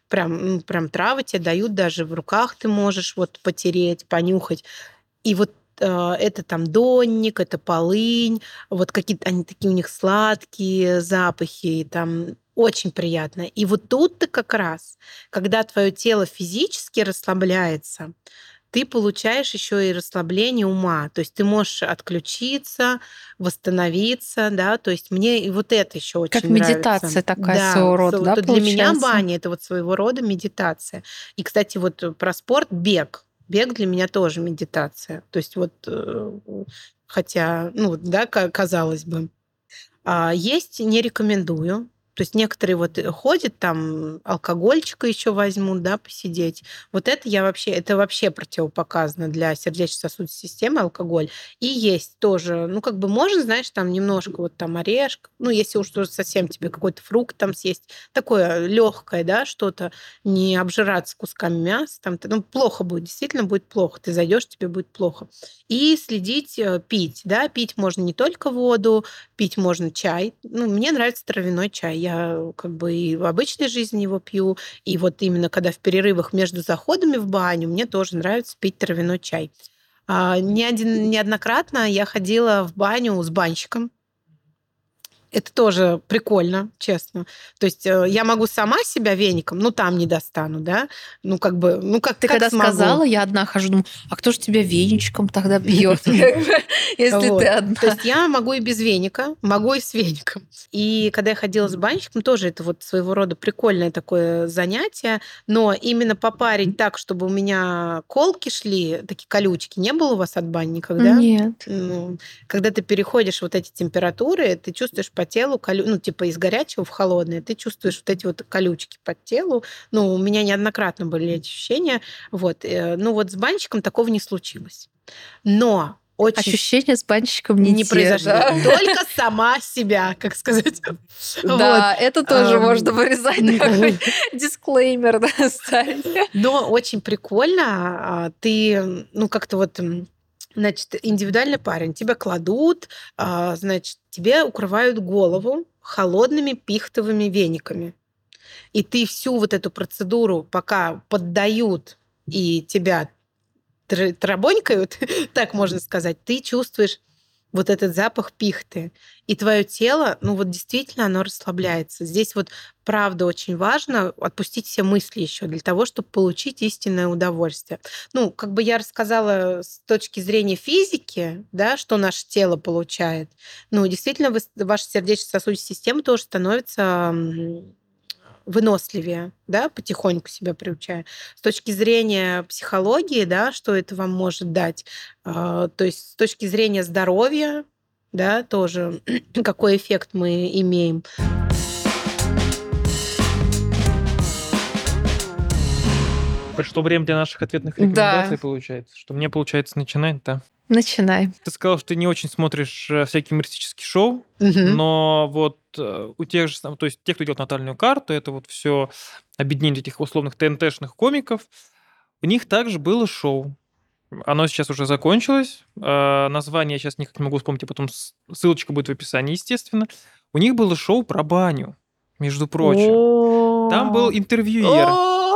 прям травы тебе дают, даже в руках ты можешь вот потереть, понюхать. И вот это там донник, это полынь, вот какие-то они такие у них сладкие запахи, и там очень приятно. И вот тут-то как раз, когда твое тело физически расслабляется, ты получаешь еще и расслабление ума. То есть ты можешь отключиться, восстановиться, да. То есть мне и вот это еще Как очень нравится. медитация такая Да, своего рода, да, вот для меня получается? баня это вот своего рода медитация. И, кстати, вот про спорт бег. Бег для меня тоже медитация. То есть вот, хотя, ну, да, казалось бы. Есть не рекомендую. То есть некоторые вот ходят там, алкогольчика еще возьмут, да, посидеть. Вот это вообще противопоказано для сердечно-сосудистой системы алкоголь. И есть тоже, ну, как бы можно, знаешь, там немножко вот там орешек, ну, если уж тоже совсем тебе какой-то фрукт там съесть, такое легкое, да, что-то, не обжираться кусками мяса, там, ну, плохо будет, действительно будет плохо. Ты зайдешь, тебе будет плохо. И следить, пить, да, пить можно не только воду, пить можно чай. Ну, мне нравится травяной чай. Я как бы и в обычной жизни его пью. И вот именно когда в перерывах между заходами в баню, мне тоже нравится пить травяной чай. Неоднократно я ходила в баню с банщиком. Это тоже прикольно, честно. То есть я могу сама себя веником, ну там не достану, да? Ну как бы, ну как Ты как когда смогу. сказала, я одна хожу, думаю, а кто же тебя веничком тогда бьет, если Вот. ты То одна? есть я могу и без веника, могу и с веником. И когда я ходила с банщиком, тоже это вот своего рода прикольное такое занятие, но именно попарить так, чтобы у меня колки шли, такие колючки, не было у вас от бани никогда? Нет. Ну, когда ты переходишь вот эти температуры, ты чувствуешь по телу, ну, типа из горячего в холодное, ты чувствуешь вот эти вот колючки по телу. Ну, у меня неоднократно были эти ощущения. Вот. Ну, вот с банщиком такого не случилось. Но очень Ощущения с банщиком не те, произошли. да. Только сама себя, как сказать. Да, это тоже можно вырезать, такой Вот. дисклеймер, да, ставить. Но очень прикольно. Ты, ну, как-то вот, значит, индивидуальный парень. Тебя кладут, значит, тебе укрывают голову холодными пихтовыми вениками. И ты всю вот эту процедуру, пока поддают и тебя трабонькают, так можно сказать, ты чувствуешь вот этот запах пихты. И твое тело, ну вот действительно, оно расслабляется. Здесь вот правда очень важно отпустить все мысли еще для того, чтобы получить истинное удовольствие. Ну, как бы я рассказала с точки зрения физики, да, что наше тело получает. Ну, действительно, ваша сердечно-сосудистая система тоже становится выносливее, да, потихоньку себя приучая. С точки зрения психологии, да, что это вам может дать, то есть с точки зрения здоровья, да, тоже какой эффект мы имеем. Пришло время для наших ответных Да. рекомендаций, получается. Что мне получается начинать, да? Начинай. Ты сказал, что ты не очень смотришь всякие юмористические шоу, Мгм. но вот у тех же, то есть тех, кто делает натальную карту, это вот все объединение этих условных ТНТшных комиков, у них также было шоу. Оно сейчас уже закончилось. Название я сейчас никак не могу вспомнить, а потом ссылочка будет в описании, естественно. У них было шоу про баню, между прочим. Там был интервьюер,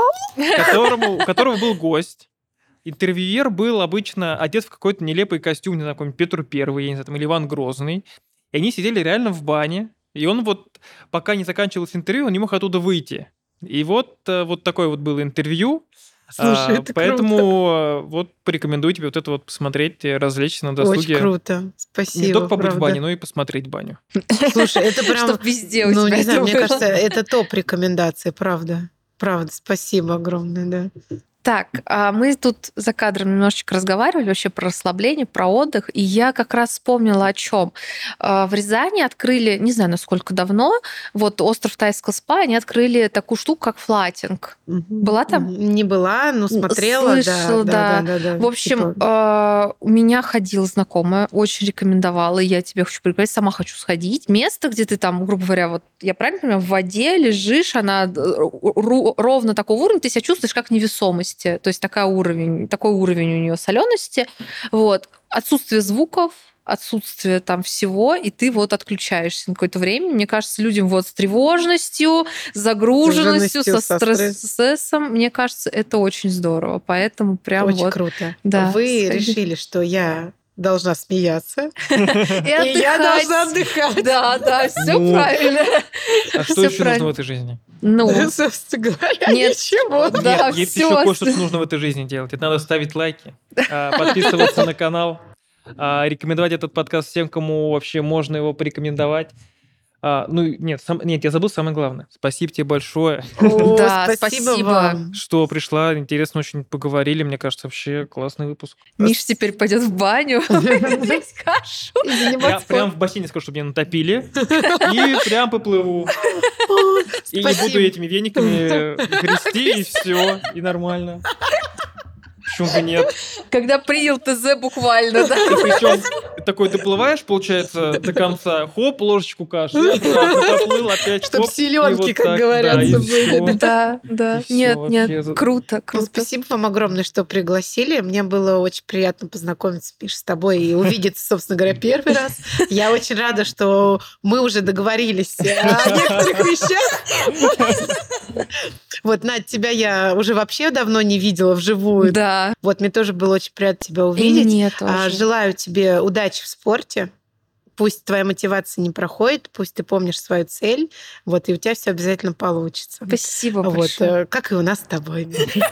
у которого был гость. Интервьюер был обычно одет в какой-то нелепый костюм, не знаю, какой-нибудь Петр Первый, я не знаю, там, или Иван Грозный. И они сидели реально в бане. И он вот, пока не заканчивалось интервью, он не мог оттуда выйти. И вот такое вот было интервью. Слушай, это Поэтому вот порекомендую тебе вот это вот посмотреть, развлечься на круто. Очень досуге. круто. Спасибо, Не только побыть в правда. бане, но и посмотреть баню. Слушай, это прям... Чтоб везде у Ну, тебя не знаю, это мне было. кажется, это топ-рекомендации, правда. Правда, спасибо огромное, да. Так, мы тут за кадром немножечко разговаривали вообще про расслабление, про отдых, и я как раз вспомнила о чем. В Рязани открыли, не знаю, насколько давно, вот остров Тайского спа, они открыли такую штуку, как флатинг. Была там? Не была, но смотрела, Слышала, да. В общем, Типа, у меня ходила знакомая, очень рекомендовала, и я тебе хочу пригласить, сама хочу сходить. Место, где ты там, грубо говоря, вот я правильно понимаю, в воде лежишь, она ровно такого уровня, ты себя чувствуешь как невесомость. То есть такой уровень у нее солености. Вот. Отсутствие звуков, отсутствие там всего, и ты вот отключаешься на какое-то время. Мне кажется, людям вот с тревожностью, загруженностью, со стрессом, мне кажется, это очень здорово. Поэтому прям очень вот... круто. Да, Вы сходи. решили, что я должна смеяться, И и я должна отдыхать. Да, все Ну, правильно. А что Всё еще нужно правильно. в этой жизни? Ну, Собственно говоря, Нет. ничего. Да, Нет, есть всё. еще кое-что что нужно в этой жизни делать. Это надо ставить лайки, подписываться на канал, рекомендовать этот подкаст всем, кому вообще можно его порекомендовать. Нет, я забыл самое главное. Спасибо тебе большое, О, Да, спасибо спасибо. вам. что пришла. Интересно очень поговорили. Мне кажется, вообще классный выпуск. Миш теперь пойдет в баню. Здесь кашу. И Я заниматься прям в бассейне скажу, чтобы меня натопили. И прям поплыву. И не буду Спасибо. этими вениками грести, и все. И нормально. Почему бы нет? Когда принял ТЗ буквально, да? И причем такой доплываешь, получается, до конца, хоп, ложечку каши, и обратно поплыл, опять Чтоб хоп, и селёнки, вот как так, говорят, да, и были. всё. Да. И всё Нет, вообще. круто, Ну, круто. спасибо вам огромное, что пригласили. Мне было очень приятно познакомиться, Миш, с тобой и увидеться, собственно говоря, первый раз. Я очень рада, что мы уже договорились о некоторых вещах. Вот, Надь, тебя я уже вообще давно не видела вживую. Да. Вот, мне тоже было очень приятно тебя И увидеть. мне тоже. Желаю тебе удачи в спорте. Пусть твоя мотивация не проходит, пусть ты помнишь свою цель, вот, и у тебя все обязательно получится. Спасибо Вот, большое. как и у нас с тобой.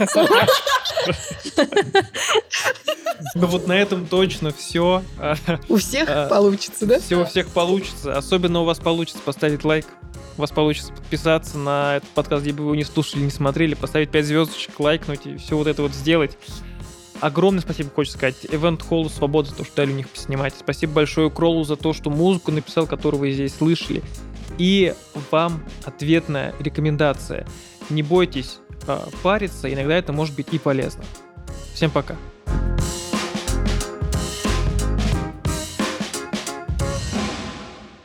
Ну вот на этом точно все. У всех получится, да? Все у всех получится. Особенно у вас получится поставить лайк. У вас получится подписаться на этот подкаст, где бы вы его не слушали, не смотрели, поставить 5 звездочек, лайкнуть и все вот это вот сделать. Огромное спасибо, хочется сказать, Event Hall Свобода за то, что дали у них поснимать. Спасибо большое Кроллу за то, что музыку написал, которую вы здесь слышали. И вам ответная рекомендация. Не бойтесь париться, иногда это может быть и полезно. Всем пока.